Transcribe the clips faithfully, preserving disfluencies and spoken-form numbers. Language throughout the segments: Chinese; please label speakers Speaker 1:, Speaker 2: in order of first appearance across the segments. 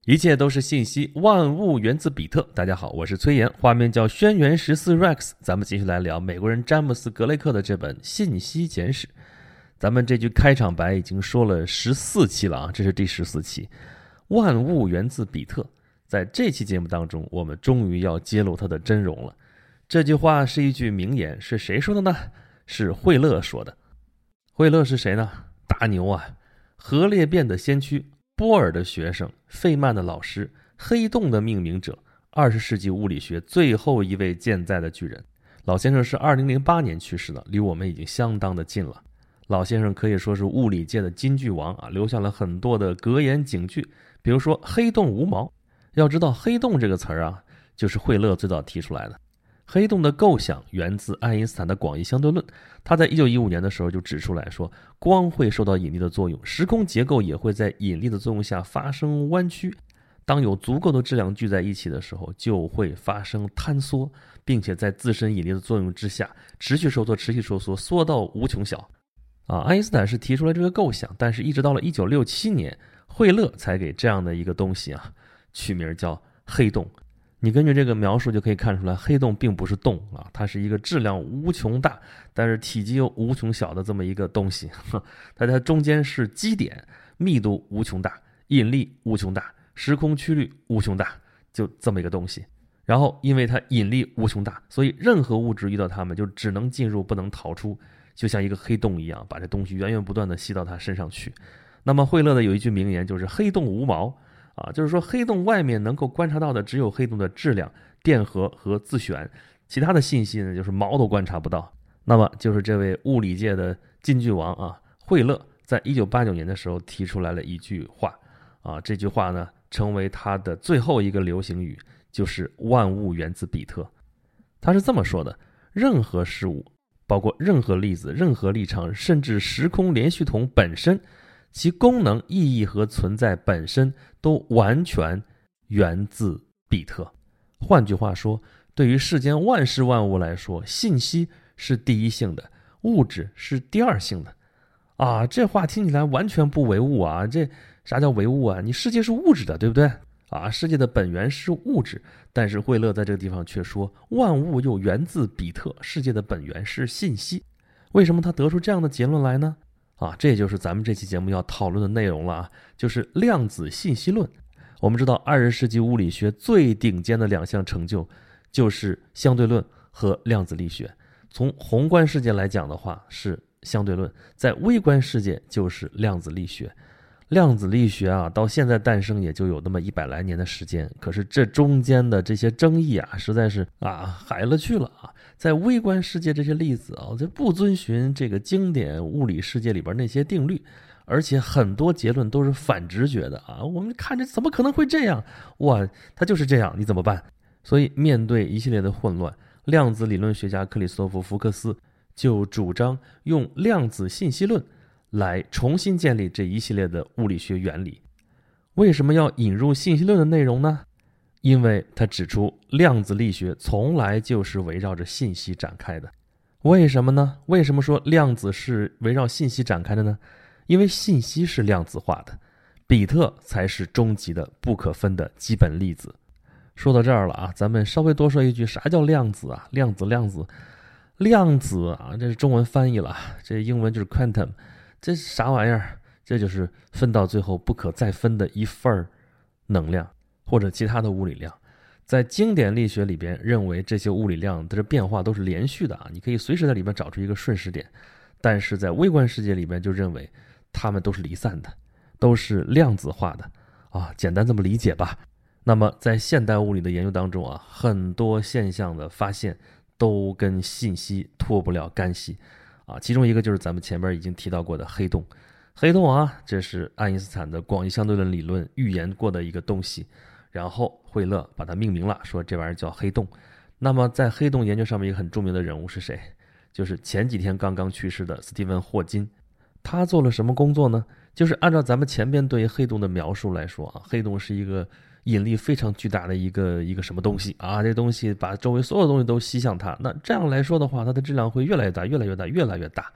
Speaker 1: 一切都是信息，万物源自比特。大家好，我是崔岩，画面叫轩辕十四 Rex。咱们继续来聊美国人詹姆斯·格雷克的这本《信息简史》。咱们这句开场白已经说了十四期了啊，这是第十四期。万物源自比特，在这期节目当中，我们终于要揭露它的真容了。这句话是一句名言，是谁说的呢？是惠勒说的。惠勒是谁呢？大牛啊，核裂变的先驱，波尔的学生，费曼的老师，黑洞的命名者，二十世纪物理学最后一位健在的巨人。老先生是二零零八年去世的，离我们已经相当的近了。老先生可以说是物理界的金句王啊，留下了很多的格言警句，比如说黑洞无毛。要知道黑洞这个词儿啊，就是惠勒最早提出来的。黑洞的构想源自爱因斯坦的广义相对论，他在一九一五年的时候就指出来说，光会受到引力的作用，时空结构也会在引力的作用下发生弯曲，当有足够的质量聚在一起的时候，就会发生坍缩，并且在自身引力的作用之下持续收缩持续收缩，缩到无穷小啊。爱因斯坦是提出了这个构想，但是一直到了一九六七年，惠勒才给这样的一个东西啊取名叫黑洞。你根据这个描述就可以看出来，黑洞并不是洞啊，它是一个质量无穷大，但是体积又无穷小的这么一个东西。它在中间是基点，密度无穷大，引力无穷大，时空曲率无穷大，就这么一个东西。然后因为它引力无穷大，所以任何物质遇到它们就只能进入不能逃出，就像一个黑洞一样，把这东西源源不断的吸到它身上去。那么惠勒的有一句名言就是黑洞无毛啊，就是说黑洞外面能够观察到的只有黑洞的质量、电荷和自旋，其他的信息呢就是毛都观察不到。那么就是这位物理界的金句王啊，惠勒在一九八九年的时候提出来了一句话啊，这句话呢成为他的最后一个流行语，就是万物源自比特。他是这么说的：任何事物，包括任何粒子、任何立场，甚至时空连续统本身，其功能、意义和存在本身都完全源自比特。换句话说，对于世间万事万物来说，信息是第一性的，物质是第二性的。啊，这话听起来完全不唯物啊！这啥叫唯物啊？你世界是物质的，对不对？啊，世界的本源是物质，但是惠勒在这个地方却说，万物又源自比特，世界的本源是信息。为什么他得出这样的结论来呢？啊，这就是咱们这期节目要讨论的内容了啊，就是量子信息论。我们知道二十世纪物理学最顶尖的两项成就就是相对论和量子力学。从宏观世界来讲的话是相对论，在微观世界就是量子力学。量子力学啊，到现在诞生也就有那么一百来年的时间，可是这中间的这些争议啊，实在是啊海了去了啊。在微观世界这些粒子啊，这不遵循这个经典物理世界里边那些定律，而且很多结论都是反直觉的啊。我们看着怎么可能会这样？哇，它就是这样，你怎么办？所以面对一系列的混乱，量子理论学家克里斯托弗·福克斯就主张用量子信息论来重新建立这一系列的物理学原理。为什么要引入信息论的内容呢？因为他指出量子力学从来就是围绕着信息展开的。为什么呢？为什么说量子是围绕信息展开的呢？因为信息是量子化的，比特才是终极的不可分的基本粒子。说到这儿了啊，咱们稍微多说一句，啥叫量子啊？量子量子量子啊，这是中文翻译了，这英文就是 quantum， 这是啥玩意儿？这就是分到最后不可再分的一份能量或者其他的物理量。在经典力学里边认为这些物理量的变化都是连续的啊，你可以随时在里面找出一个瞬时点。但是在微观世界里边就认为它们都是离散的，都是量子化的啊，简单这么理解吧。那么在现代物理的研究当中啊，很多现象的发现都跟信息脱不了干系啊，其中一个就是咱们前面已经提到过的黑洞。黑洞啊，这是爱因斯坦的广义相对论理论预言过的一个东西，然后惠勒把它命名了，说这玩意儿叫黑洞。那么在黑洞研究上面一个很著名的人物是谁？就是前几天刚刚去世的斯蒂芬·霍金。他做了什么工作呢？就是按照咱们前边对于黑洞的描述来说啊，黑洞是一个引力非常巨大的一个一个什么东西啊，这东西把周围所有东西都吸向它，那这样来说的话，它的质量会越来越大越来越大越来越大，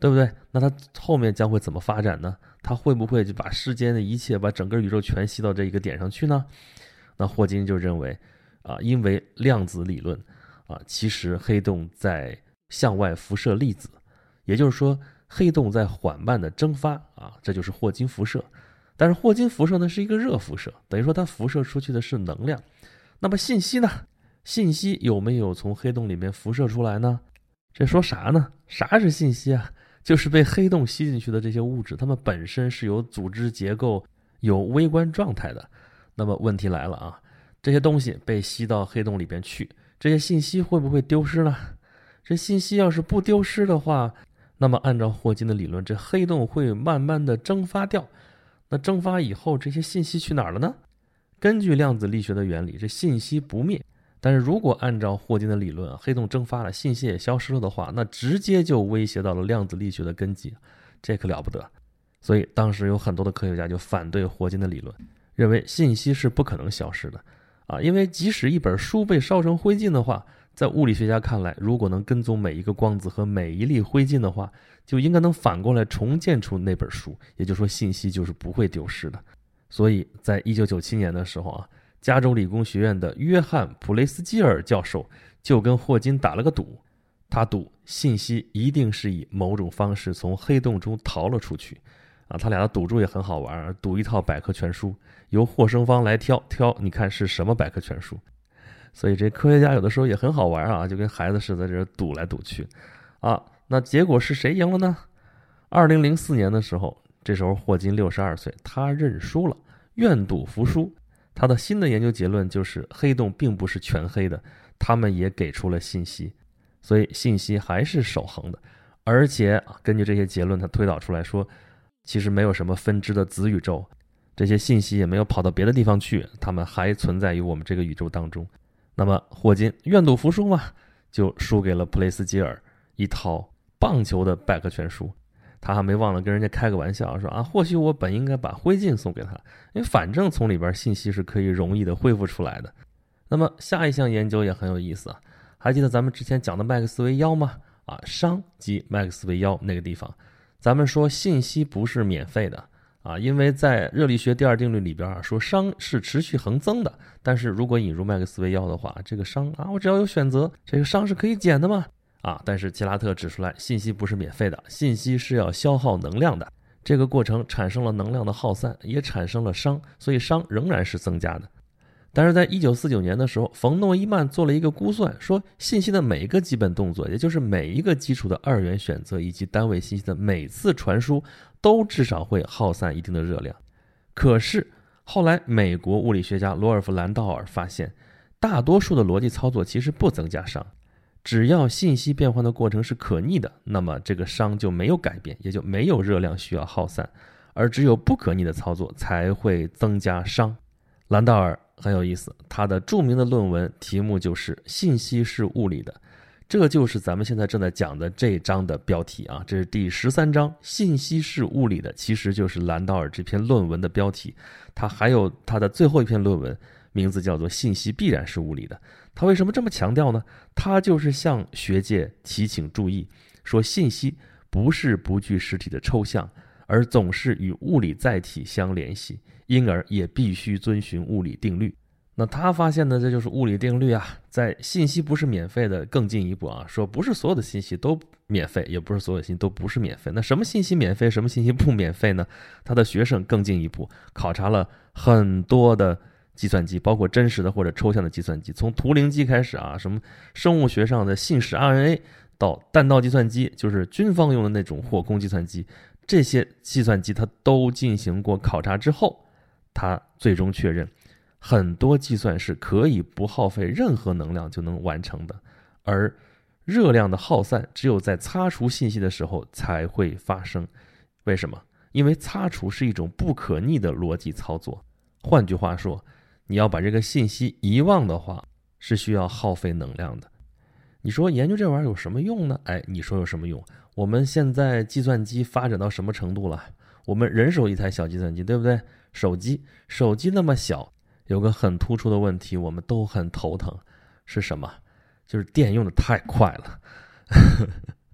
Speaker 1: 对不对？那它后面将会怎么发展呢？它会不会就把世间的一切，把整个宇宙全吸到这一个点上去呢？那霍金就认为啊，因为量子理论啊，其实黑洞在向外辐射粒子，也就是说黑洞在缓慢的蒸发啊，这就是霍金辐射。但是霍金辐射呢是一个热辐射，等于说它辐射出去的是能量。那么信息呢？信息有没有从黑洞里面辐射出来呢？这说啥呢？啥是信息啊？就是被黑洞吸进去的这些物质，它们本身是有组织结构、有微观状态的。那么问题来了啊，这些东西被吸到黑洞里边去，这些信息会不会丢失呢？这信息要是不丢失的话，那么按照霍金的理论，这黑洞会慢慢的蒸发掉。那蒸发以后，这些信息去哪儿了呢？根据量子力学的原理，这信息不灭。但是如果按照霍金的理论，黑洞蒸发了，信息也消失了的话，那直接就威胁到了量子力学的根基，这可了不得。所以当时有很多的科学家就反对霍金的理论，认为信息是不可能消失的啊，因为即使一本书被烧成灰烬的话，在物理学家看来，如果能跟踪每一个光子和每一粒灰烬的话，就应该能反过来重建出那本书，也就是说信息就是不会丢失的。所以在一九九七年的时候啊，加州理工学院的约翰·普雷斯基尔教授就跟霍金打了个赌，他赌信息一定是以某种方式从黑洞中逃了出去啊。他俩的赌注也很好玩，赌一套百科全书，由获胜方来挑挑，你看是什么百科全书。所以这科学家有的时候也很好玩啊，就跟孩子似的，在这赌来赌去啊。那结果是谁赢了呢？二零零四年的时候，这时候霍金六十二岁，他认输了，愿赌服输。他的新的研究结论就是黑洞并不是全黑的，他们也给出了信息，所以信息还是守恒的。而且根据这些结论，他推导出来说，其实没有什么分支的子宇宙，这些信息也没有跑到别的地方去，他们还存在于我们这个宇宙当中。那么霍金愿赌服输嘛，就输给了普雷斯基尔一套棒球的百科全书。他还没忘了跟人家开个玩笑说啊，或许我本应该把灰烬送给他，因为反正从里边信息是可以容易的恢复出来的。那么下一项研究也很有意思啊，还记得咱们之前讲的麦克斯韦腰吗？啊，熵即麦克斯韦腰那个地方，咱们说信息不是免费的啊，因为在热力学第二定律里边啊，说熵是持续恒增的，但是如果引入麦克斯韦腰的话，这个熵啊，我只要有选择，这个熵是可以减的嘛。啊，但是齐拉特指出来，信息不是免费的，信息是要消耗能量的，这个过程产生了能量的耗散，也产生了熵，所以熵仍然是增加的。但是在一九四九年的时候，冯诺依曼做了一个估算，说信息的每一个基本动作，也就是每一个基础的二元选择以及单位信息的每次传输，都至少会耗散一定的热量。可是后来美国物理学家罗尔夫·兰道尔发现，大多数的逻辑操作其实不增加熵，只要信息变换的过程是可逆的，那么这个熵就没有改变，也就没有热量需要耗散，而只有不可逆的操作才会增加熵。兰道尔很有意思，他的著名的论文题目就是信息是物理的，这就是咱们现在正在讲的这章的标题啊，这是第十三章，信息是物理的，其实就是兰道尔这篇论文的标题。他还有他的最后一篇论文，名字叫做信息必然是物理的。他为什么这么强调呢？他就是向学界提醒注意，说信息不是不具实体的抽象，而总是与物理载体相联系，因而也必须遵循物理定律。那他发现的这就是物理定律啊，在信息不是免费的更进一步啊，说不是所有的信息都免费，也不是所有的信息都不是免费。那什么信息免费，什么信息不免费呢？他的学生更进一步考察了很多的计算机，包括真实的或者抽象的计算机，从图灵机开始啊，什么生物学上的信使 R N A 到弹道计算机，就是军方用的那种火控计算机，这些计算机他都进行过考察之后，他最终确认很多计算是可以不耗费任何能量就能完成的，而热量的耗散只有在擦除信息的时候才会发生。为什么？因为擦除是一种不可逆的逻辑操作，换句话说，你要把这个信息遗忘的话，是需要耗费能量的。你说研究这玩意儿有什么用呢？哎，你说有什么用？我们现在计算机发展到什么程度了？我们人手一台小计算机，对不对？手机，手机那么小，有个很突出的问题，我们都很头疼，是什么？就是电用的太快了。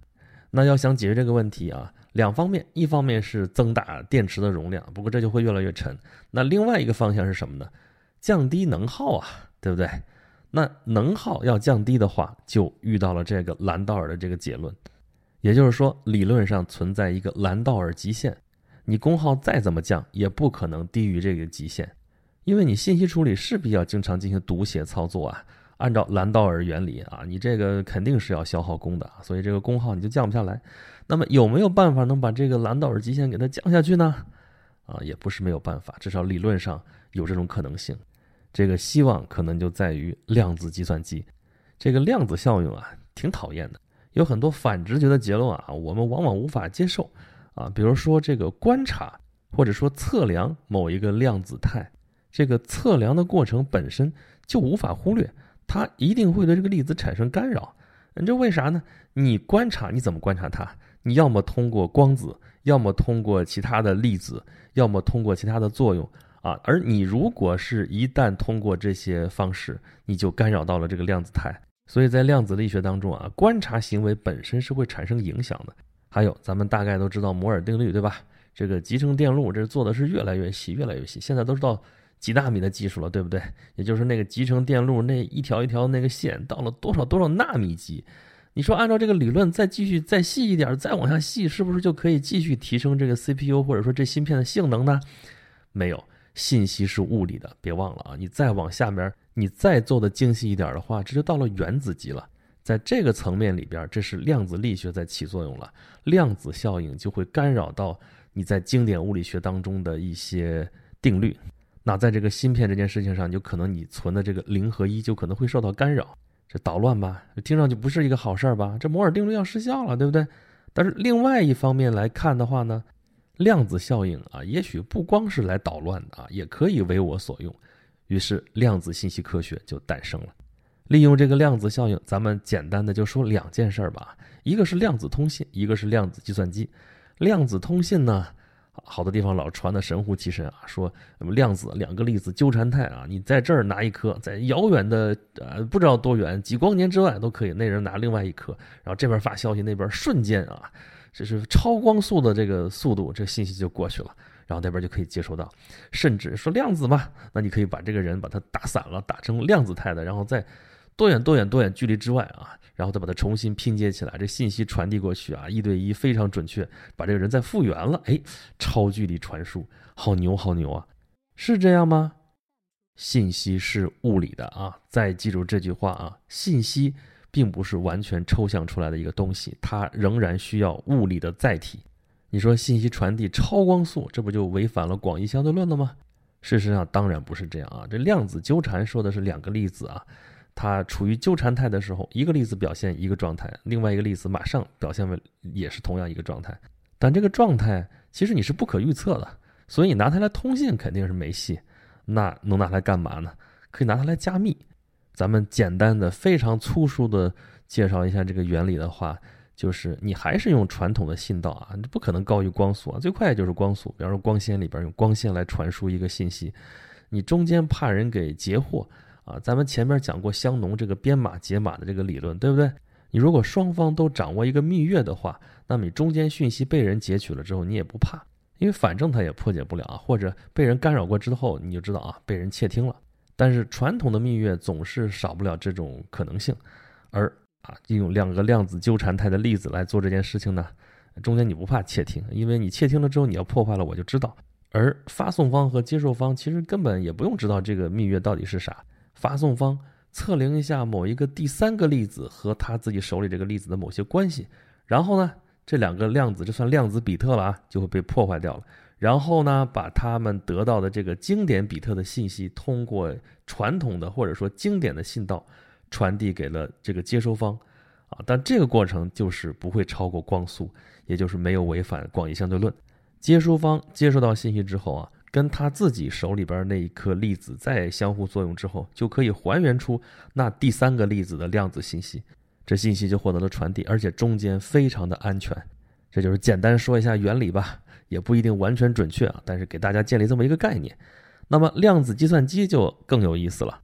Speaker 1: 那要想解决这个问题啊，两方面，一方面是增大电池的容量，不过这就会越来越沉。那另外一个方向是什么呢？降低能耗啊，对不对？那能耗要降低的话，就遇到了这个兰道尔的这个结论。也就是说，理论上存在一个兰道尔极限，你功耗再怎么降，也不可能低于这个极限，因为你信息处理势必要经常进行读写操作啊。按照兰道尔原理啊，你这个肯定是要消耗功的，所以这个功耗你就降不下来。那么有没有办法能把这个兰道尔极限给它降下去呢？啊，也不是没有办法，至少理论上有这种可能性。这个希望可能就在于量子计算机。这个量子效应啊，挺讨厌的，有很多反直觉的结论啊，我们往往无法接受啊。比如说这个观察或者说测量某一个量子态，这个测量的过程本身就无法忽略，它一定会对这个粒子产生干扰。这为啥呢？你观察你怎么观察它？你要么通过光子，要么通过其他的粒子，要么通过其他的作用啊。而你如果是一旦通过这些方式，你就干扰到了这个量子态。所以在量子力学当中啊，观察行为本身是会产生影响的。还有咱们大概都知道摩尔定律，对吧？这个集成电路这做的是越来越细越来越细，现在都知道几纳米的技术了，对不对？也就是那个集成电路那一条一条那个线到了多少多少纳米级。你说按照这个理论再继续再细一点，再往下细，是不是就可以继续提升这个 C P U 或者说这芯片的性能呢？没有，信息是物理的，别忘了啊！你再往下面，你再做的精细一点的话，这就到了原子级了。在这个层面里边，这是量子力学在起作用了，量子效应就会干扰到你在经典物理学当中的一些定律。那在这个芯片这件事情上，就可能你存的这个零和一就可能会受到干扰，这捣乱吧，听上去不是一个好事吧？这摩尔定律要失效了，对不对？但是另外一方面来看的话呢，量子效应啊，也许不光是来捣乱的啊，也可以为我所用。于是量子信息科学就诞生了。利用这个量子效应，咱们简单的就说两件事吧，一个是量子通信，一个是量子计算机。量子通信呢，好多地方老传的神乎其神啊，说量子两个粒子纠缠态啊，你在这儿拿一颗，在遥远的呃不知道多远几光年之外都可以，那人拿另外一颗，然后这边发消息，那边瞬间啊，这是超光速的这个速度，这信息就过去了，然后那边就可以接收到。甚至说量子嘛，那你可以把这个人把它打散了，打成量子态的，然后再多远多远多远距离之外啊，然后再把它重新拼接起来，这信息传递过去啊，一对一非常准确，把这个人再复原了，哎，超距离传输，好牛好牛啊！是这样吗？信息是物理的啊，再记住这句话啊，信息并不是完全抽象出来的一个东西，它仍然需要物理的载体。你说信息传递超光速，这不就违反了广义相对论了吗？事实上当然不是这样啊，这量子纠缠说的是两个粒子啊，它处于纠缠态的时候，一个粒子表现一个状态，另外一个粒子马上表现为也是同样一个状态，但这个状态其实你是不可预测的，所以你拿它来通信肯定是没戏。那能拿它干嘛呢？可以拿它来加密。咱们简单的非常粗疏的介绍一下这个原理的话，就是你还是用传统的信道啊，不可能高于光速啊，最快就是光速。比方说光纤里边用光线来传输一个信息，你中间怕人给截获啊，咱们前面讲过香农这个编码解码的这个理论，对不对？你如果双方都掌握一个蜜月的话，那么你中间讯息被人截取了之后，你也不怕，因为反正他也破解不了啊，或者被人干扰过之后，你就知道啊，被人窃听了。但是传统的蜜月总是少不了这种可能性，而啊，用两个量子纠缠态的粒子来做这件事情呢，中间你不怕窃听，因为你窃听了之后，你要破坏了我就知道。而发送方和接受方其实根本也不用知道这个蜜月到底是啥，发送方测量一下某一个第三个粒子和他自己手里这个粒子的某些关系，然后呢，这两个量子，这算量子比特了啊，就会被破坏掉了。然后呢，把他们得到的这个经典比特的信息，通过传统的或者说经典的信道传递给了这个接收方啊，但这个过程就是不会超过光速，也就是没有违反广义相对论。接收方接收到信息之后啊，跟他自己手里边那一颗粒子在相互作用之后，就可以还原出那第三个粒子的量子信息，这信息就获得了传递，而且中间非常的安全。这就是简单说一下原理吧，也不一定完全准确啊，但是给大家建立这么一个概念。那么量子计算机就更有意思了，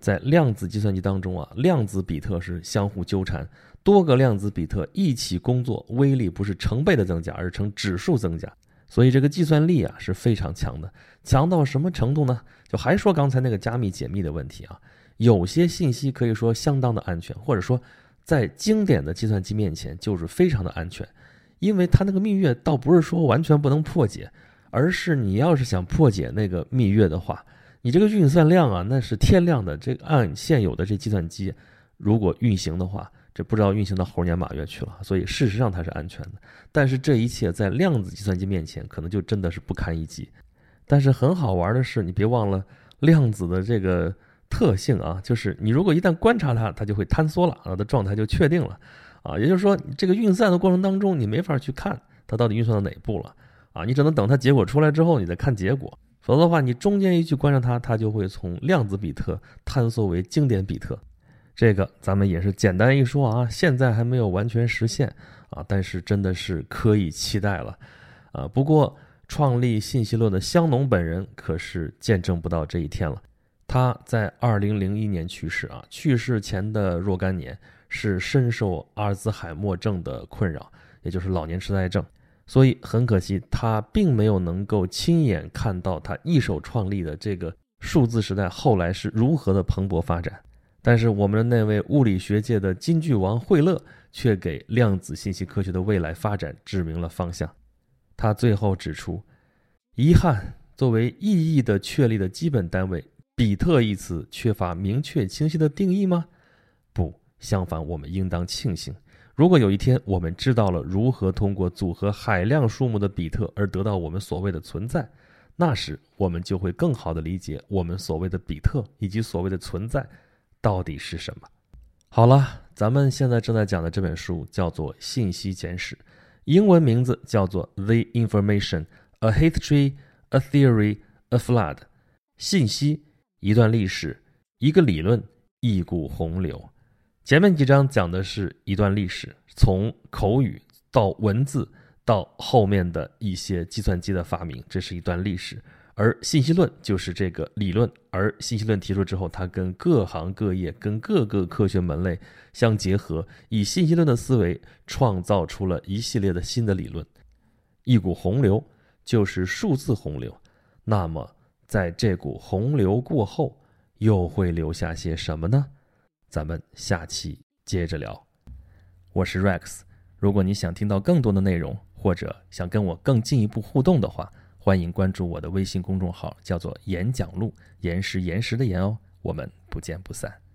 Speaker 1: 在量子计算机当中啊，量子比特是相互纠缠，多个量子比特一起工作，威力不是成倍的增加，而是呈指数增加。所以这个计算力啊是非常强的，强到什么程度呢？就还说刚才那个加密解密的问题啊，有些信息可以说相当的安全，或者说在经典的计算机面前就是非常的安全，因为它那个蜜月倒不是说完全不能破解，而是你要是想破解那个蜜月的话，你这个运算量啊，那是天量的。这个按现有的这计算机，如果运行的话，这不知道运行到猴年马月去了。所以事实上它是安全的，但是这一切在量子计算机面前，可能就真的是不堪一击。但是很好玩的是，你别忘了量子的这个特性啊，就是你如果一旦观察它，它就会坍缩了，它的状态就确定了啊。也就是说，这个运算的过程当中，你没法去看它到底运算到哪步了啊，你只能等它结果出来之后，你再看结果。否则的话，你中间一去观察它，它就会从量子比特坍缩为经典比特。这个咱们也是简单一说啊，现在还没有完全实现啊，但是真的是可以期待了啊。不过，创立信息论的香农本人可是见证不到这一天了。他在二零零一年去世啊，去世前的若干年是深受阿尔兹海默症的困扰，也就是老年痴呆症。所以很可惜，他并没有能够亲眼看到他一手创立的这个数字时代后来是如何的蓬勃发展。但是我们的那位物理学界的金句王惠勒却给量子信息科学的未来发展指明了方向。他最后指出，遗憾，作为意义的确立的基本单位，比特一词缺乏明确清晰的定义吗？不，相反，我们应当庆幸，如果有一天我们知道了如何通过组合海量数目的比特而得到我们所谓的存在，那时我们就会更好地理解我们所谓的比特以及所谓的存在到底是什么。好了，咱们现在正在讲的这本书叫做《信息简史》，英文名字叫做 The Information, A History, A Theory, A Flood。 信息，一段历史，一个理论，一股洪流。前面几章讲的是一段历史，从口语到文字到后面的一些计算机的发明，这是一段历史。而信息论就是这个理论，而信息论提出之后，它跟各行各业跟各个科学门类相结合，以信息论的思维创造出了一系列的新的理论。一股洪流就是数字洪流，那么在这股洪流过后又会留下些什么呢？咱们下期接着聊。我是 Rex， 如果你想听到更多的内容，或者想跟我更进一步互动的话，欢迎关注我的微信公众号，叫做演讲录，言是岩石的言哦，我们不见不散。